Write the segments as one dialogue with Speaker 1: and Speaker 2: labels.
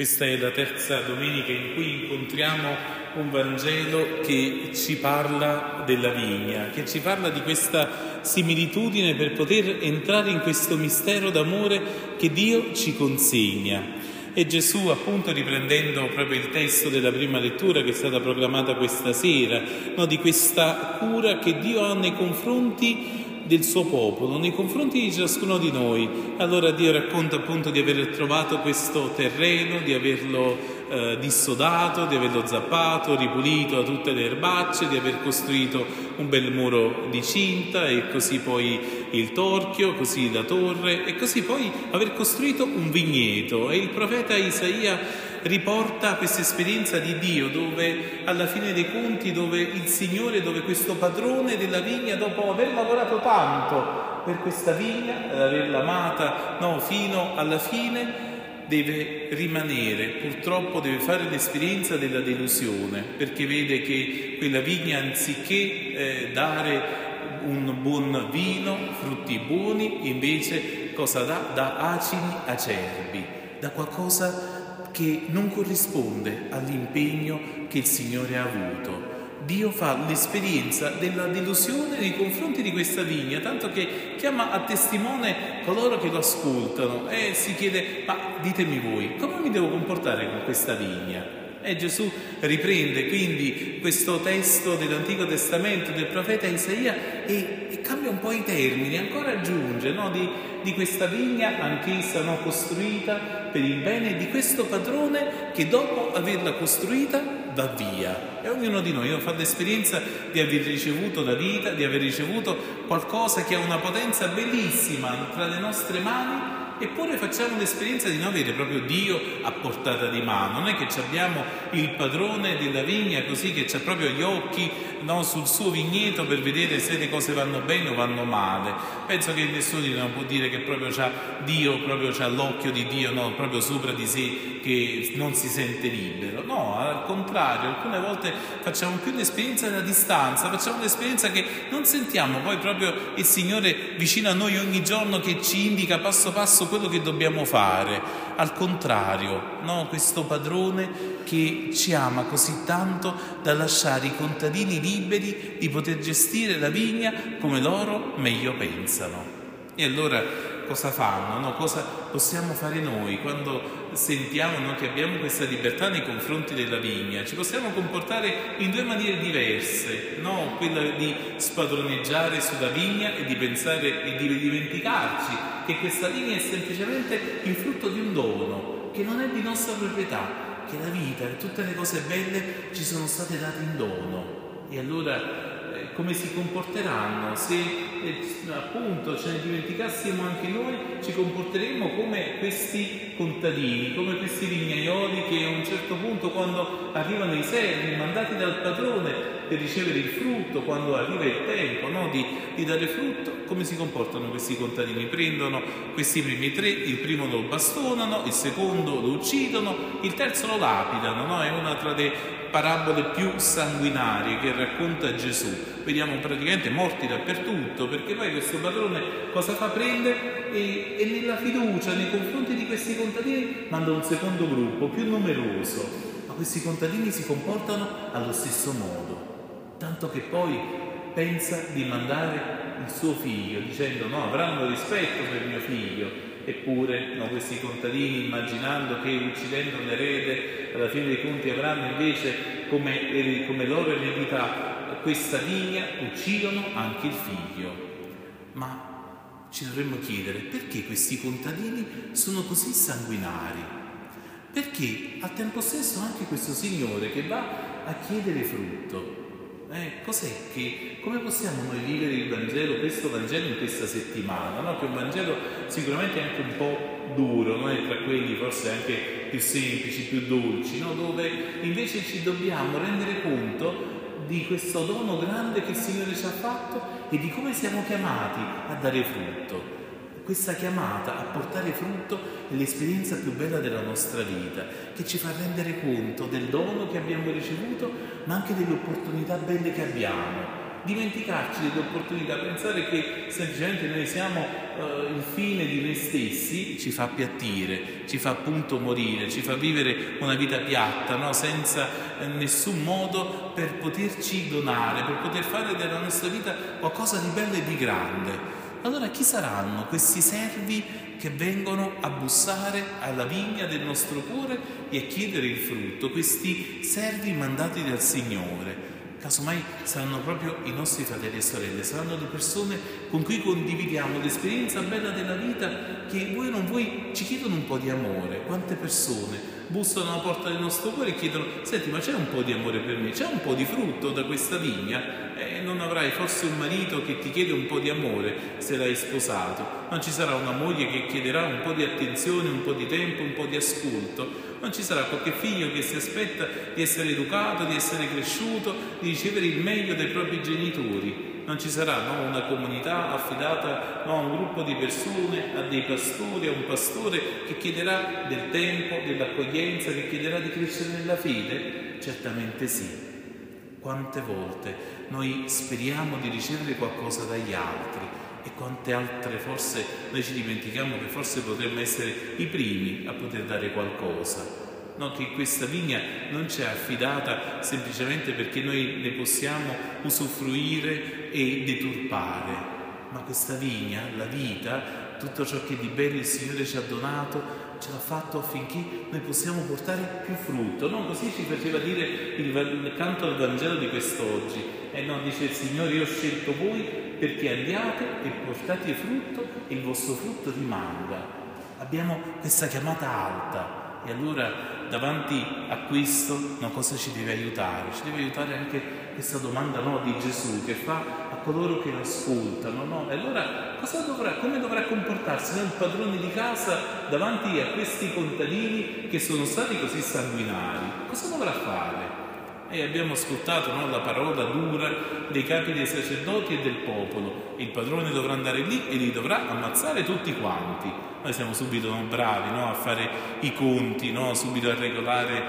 Speaker 1: Questa è la terza domenica in cui incontriamo un Vangelo che ci parla della vigna, che ci parla di questa similitudine per poter entrare in questo mistero d'amore che Dio ci consegna. E Gesù, appunto, riprendendo proprio il testo della prima lettura che è stata proclamata questa sera, di questa cura che Dio ha nei confronti del suo popolo, nei confronti di ciascuno di noi. Allora Dio racconta appunto di aver trovato questo terreno, di averlo dissodato, di averlo zappato, ripulito da tutte le erbacce, di aver costruito un bel muro di cinta e così poi il torchio, così la torre e così poi aver costruito un vigneto. E il profeta Isaia riporta questa esperienza di Dio dove alla fine dei conti, dove il Signore, dove questo padrone della vigna, dopo aver lavorato tanto per questa vigna, averla amata fino alla fine, deve rimanere, purtroppo deve fare l'esperienza della delusione, perché vede che quella vigna, anziché dare un buon vino, frutti buoni, invece cosa dà? Dà acini acerbi, dà qualcosa che non corrisponde all'impegno che il Signore ha avuto. Dio fa l'esperienza della delusione nei confronti di questa vigna, tanto che chiama a testimone coloro che lo ascoltano e si chiede: ma ditemi voi, come mi devo comportare con questa vigna? E Gesù riprende quindi questo testo dell'Antico Testamento del profeta Isaia e cambia un po' i termini, ancora aggiunge di questa vigna, anch'essa costruita per il bene di questo padrone che dopo averla costruita va via. E ognuno di noi fa l'esperienza di aver ricevuto la vita, di aver ricevuto qualcosa che ha una potenza bellissima tra le nostre mani, eppure facciamo l'esperienza di non avere proprio Dio a portata di mano. Non è che abbiamo il padrone della vigna così che c'ha proprio gli occhi sul suo vigneto per vedere se le cose vanno bene o vanno male. Penso che nessuno di noi può dire che proprio c'ha Dio, proprio c'ha l'occhio di Dio proprio sopra di sé, che non si sente libero. No, al contrario, alcune volte facciamo più l'esperienza della distanza, facciamo l'esperienza che non sentiamo poi proprio il Signore vicino a noi ogni giorno che ci indica passo passo quello che dobbiamo fare. Al contrario, questo padrone che ci ama così tanto da lasciare i contadini liberi di poter gestire la vigna come loro meglio pensano. E allora cosa fanno? Cosa possiamo fare noi quando sentiamo che abbiamo questa libertà nei confronti della vigna? Ci possiamo comportare in due maniere diverse, quella di spadroneggiare sulla vigna e di pensare e di dimenticarci che questa vigna è semplicemente il frutto di un dono, che non è di nostra proprietà, che la vita e tutte le cose belle ci sono state date in dono. E allora come si comporteranno? Se appunto ce ne dimenticassimo anche noi, ci comporteremmo come questi contadini, come questi vignaioli che a un certo punto, quando arrivano i servi mandati dal padrone per ricevere il frutto, quando arriva il tempo di dare frutto, come si comportano questi contadini? Prendono questi primi tre, il primo lo bastonano, il secondo lo uccidono, il terzo lo lapidano. È una tra le parabole più sanguinarie che racconta Gesù. Vediamo praticamente morti dappertutto, perché poi questo padrone cosa fa? Prende e nella fiducia nei confronti di questi contadini manda un secondo gruppo più numeroso, ma questi contadini si comportano allo stesso modo, tanto che poi pensa di mandare il suo figlio dicendo: avranno rispetto per mio figlio. Eppure questi contadini, immaginando che uccidendo l'erede alla fine dei conti avranno invece come loro eredità questa vigna, uccidono anche il figlio. Ma ci dovremmo chiedere: perché questi contadini sono così sanguinari? Perché al tempo stesso anche questo Signore che va a chiedere frutto, come possiamo noi vivere il Vangelo, questo Vangelo in questa settimana? Che è un Vangelo sicuramente anche un po' duro, tra quelli forse anche più semplici, più dolci, dove invece ci dobbiamo rendere conto di questo dono grande che il Signore ci ha fatto e di come siamo chiamati a dare frutto. Questa chiamata a portare frutto è l'esperienza più bella della nostra vita, che ci fa rendere conto del dono che abbiamo ricevuto, ma anche delle opportunità belle che abbiamo. dimenticarci delle opportunità, pensare che semplicemente noi siamo il fine di noi stessi, ci fa appiattire, ci fa appunto morire, ci fa vivere una vita piatta, no? Senza nessun modo per poterci donare, per poter fare della nostra vita qualcosa di bello e di grande. Allora chi saranno questi servi che vengono a bussare alla vigna del nostro cuore e a chiedere il frutto? Questi servi mandati dal Signore. Casomai saranno proprio i nostri fratelli e sorelle, saranno le persone con cui condividiamo l'esperienza bella della vita, che vuoi o non vuoi ci chiedono un po' di amore. Quante persone bussano alla porta del nostro cuore e chiedono: senti, ma c'è un po' di amore per me? C'è un po' di frutto da questa vigna? Non avrai forse un marito che ti chiede un po' di amore se l'hai sposato, non ci sarà una moglie che chiederà un po' di attenzione, un po' di tempo, un po' di ascolto, non ci sarà qualche figlio che si aspetta di essere educato, di essere cresciuto, di ricevere il meglio dai propri genitori. Non ci sarà una comunità affidata a un gruppo di persone, a dei pastori, a un pastore che chiederà del tempo, dell'accoglienza, che chiederà di crescere nella fede? Certamente sì. Quante volte noi speriamo di ricevere qualcosa dagli altri e quante altre forse noi ci dimentichiamo che forse potremmo essere i primi a poter dare qualcosa. No, che questa vigna non ci è affidata semplicemente perché noi ne possiamo usufruire e deturpare, ma questa vigna, la vita, tutto ciò che di bello il Signore ci ha donato, ce l'ha fatto affinché noi possiamo portare più frutto, no? Così ci faceva dire il canto al Vangelo di quest'oggi. Dice il Signore: io ho scelto voi perché andiate e portate frutto e il vostro frutto rimanga. Abbiamo questa chiamata alta. E allora davanti a questo cosa ci deve aiutare? Ci deve aiutare anche questa domanda di Gesù che fa a coloro che l'ascoltano. E allora come dovrà comportarsi il padrone di casa davanti a questi contadini che sono stati così sanguinari? Cosa dovrà fare? E abbiamo ascoltato la parola dura dei capi dei sacerdoti e del popolo. Il padrone dovrà andare lì e li dovrà ammazzare tutti quanti. Noi siamo subito bravi a fare i conti, subito a regolare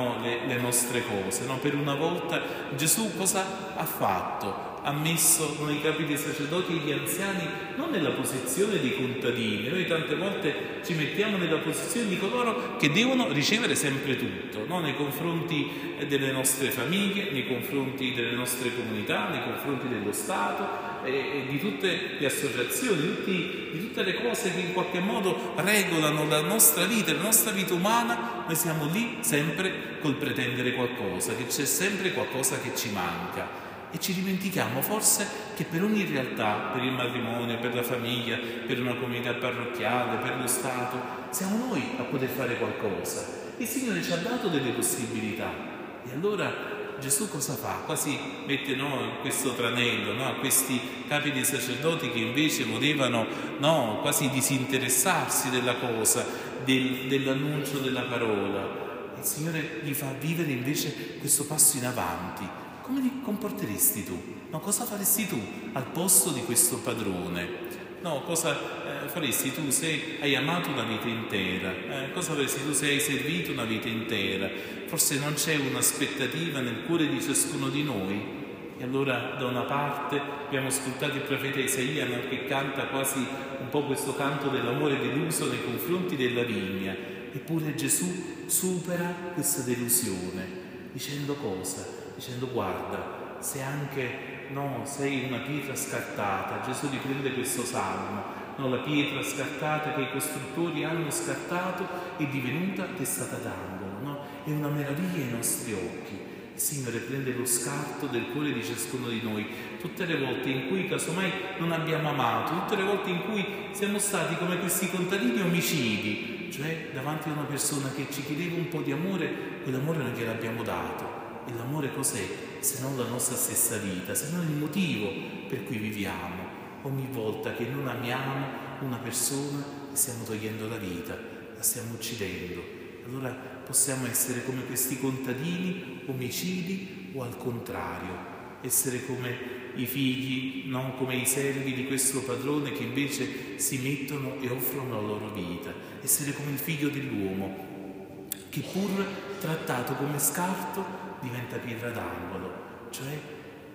Speaker 1: le nostre cose. Per una volta Gesù cosa ha fatto? Ha messo i capi dei sacerdoti e gli anziani non nella posizione dei contadini. Noi tante volte ci mettiamo nella posizione di coloro che devono ricevere sempre tutto, nei confronti delle nostre famiglie, nei confronti delle nostre comunità, nei confronti dello Stato e di tutte le associazioni, di tutte le cose che in qualche modo regolano la nostra vita umana. Noi siamo lì sempre col pretendere qualcosa, che c'è sempre qualcosa che ci manca. E ci dimentichiamo forse che per ogni realtà, per il matrimonio, per la famiglia, per una comunità parrocchiale, per lo Stato, siamo noi a poter fare qualcosa. Il Signore ci ha dato delle possibilità. E allora Gesù cosa fa? Quasi mette questo tranello a questi capi dei sacerdoti che invece volevano quasi disinteressarsi della cosa, dell'annuncio della parola. Il Signore gli fa vivere invece questo passo in avanti. Come ti comporteresti tu? Cosa faresti tu al posto di questo padrone? Cosa faresti tu se hai amato una vita intera? Cosa faresti tu se hai servito una vita intera? Forse non c'è un'aspettativa nel cuore di ciascuno di noi. E allora da una parte abbiamo ascoltato il profeta Isaia che canta quasi un po' questo canto dell'amore deluso nei confronti della vigna. Eppure Gesù supera questa delusione dicendo cosa? Dicendo: guarda, se anche sei una pietra scartata, Gesù riprende questo salmo, la pietra scartata che i costruttori hanno scartato è divenuta testata d'angolo, è una meraviglia ai nostri occhi. Il Signore prende lo scarto del cuore di ciascuno di noi, tutte le volte in cui casomai non abbiamo amato, tutte le volte in cui siamo stati come questi contadini omicidi, cioè davanti a una persona che ci chiedeva un po' di amore, quell'amore non gliel'abbiamo dato. E l'amore cos'è? Se non la nostra stessa vita, se non il motivo per cui viviamo. Ogni volta che non amiamo una persona, le stiamo togliendo la vita, la stiamo uccidendo. Allora possiamo essere come questi contadini omicidi o al contrario, essere come i figli, non come i servi di questo padrone che invece si mettono e offrono la loro vita, essere come il figlio dell'uomo che pur trattato come scarto diventa pietra d'angolo, cioè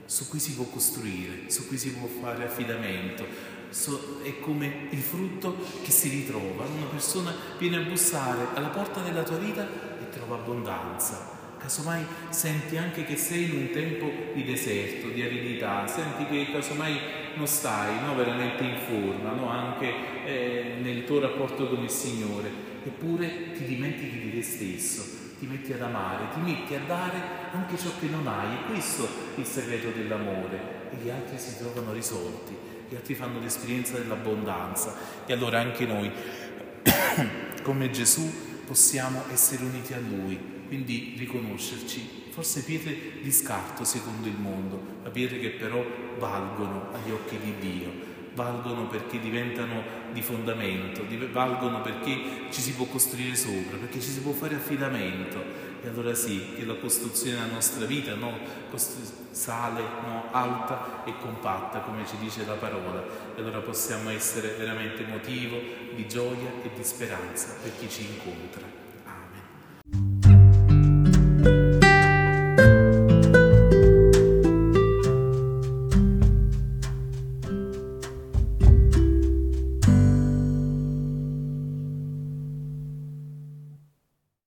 Speaker 1: su cui si può costruire, su cui si può fare affidamento. È come il frutto che si ritrova. Una persona viene a bussare alla porta della tua vita e trova abbondanza. Casomai senti anche che sei in un tempo di deserto, di aridità, senti che casomai non stai, no, veramente in forma, no, anche nel tuo rapporto con il Signore, eppure ti dimentichi di te stesso, ti metti ad amare, ti metti a dare anche ciò che non hai. E questo è il segreto dell'amore. E gli altri si trovano risolti, gli altri fanno l'esperienza dell'abbondanza. E allora anche noi, come Gesù, possiamo essere uniti a Lui. Quindi riconoscerci, forse pietre di scarto secondo il mondo, ma pietre che però valgono agli occhi di Dio, valgono perché diventano di fondamento, valgono perché ci si può costruire sopra, perché ci si può fare affidamento. E allora sì, che la costruzione della nostra vita sale, alta e compatta, come ci dice la parola. E allora possiamo essere veramente motivo di gioia e di speranza per chi ci incontra.